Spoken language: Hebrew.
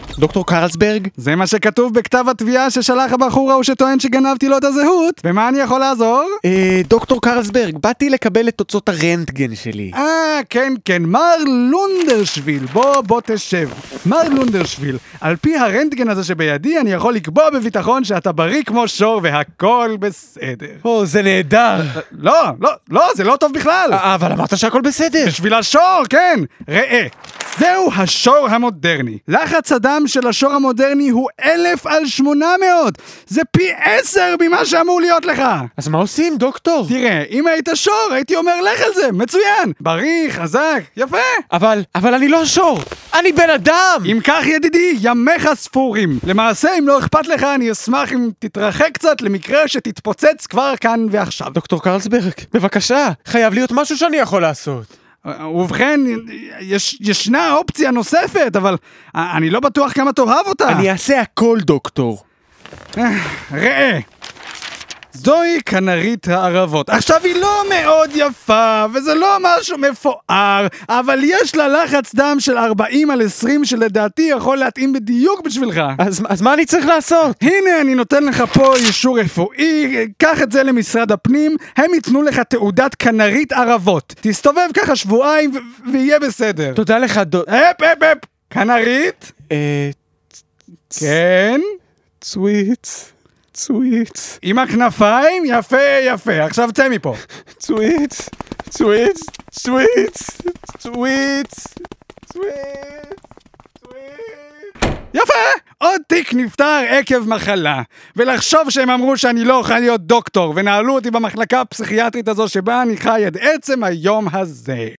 דוקטור קרלסברג? זה מה שכתוב בכתב התביעה ששלח הבחור ההוא שטוען שגנבתי לו את הזהות. ומה אני יכול לעזור? דוקטור קרלסברג, באתי לקבל את תוצאות הרנטגן שלי. כן, מר לונדרשוויל, בוא תשב. מר לונדרשוויל, על פי הרנטגן הזה שבידי אני יכול לקבוע בביטחון שאתה בריא כמו שור והכל בסדר. זה נהדר. לא, זה לא טוב בכלל. אבל אמרת שהכל בסדר. בשביל השור, כן. ראה, זהו השור המודרני. לחץ הדם של השור המודרני הוא 1,800. זה פי 10 ממה שאמור להיות לך. אז מה עושים, דוקטור? תראה, אם היית שור, הייתי אומר לך על זה, מצוין. בריא, חזק, יפה. אבל אני לא שור. אני בן אדם. אם כך ידידי, ימיך ספורים. למעשה, אם לא אכפת לך, אני אשמח אם תתרחק קצת למקרה שתתפוצץ כבר כאן ועכשיו. דוקטור קרלסברג, בבקשה. חייב להיות משהו שאני יכול לעשות. ובכן, ישנה אופציה נוספת, אבל אני לא בטוח כמה תאהב אותה. אני אעשה הכל, דוקטור. ראה, זוהי כנרית הערבות. עכשיו היא לא מאוד יפה, וזה לא משהו מפואר, אבל יש לה לחץ דם של 40/20 שלדעתי יכול להתאים בדיוק בשבילך. אז מה אני צריך לעשות? הנה, אני נותן לך פה אישור רפואי, קח את זה למשרד הפנים, הם ייתנו לך תעודת כנרית ערבות. תסתובב ככה שבועיים ויהיה בסדר. תודה לך, כנרית? כן? צוויט. עם הכנפיים? יפה. עכשיו צא מפה. צוויט. יפה! עוד תיק נפטר עקב מחלה. ולחשוב שהם אמרו שאני לא אוכל להיות דוקטור, ונעלו אותי במחלקה הפסיכיאטרית הזו שבה אני חי עד עצם היום הזה.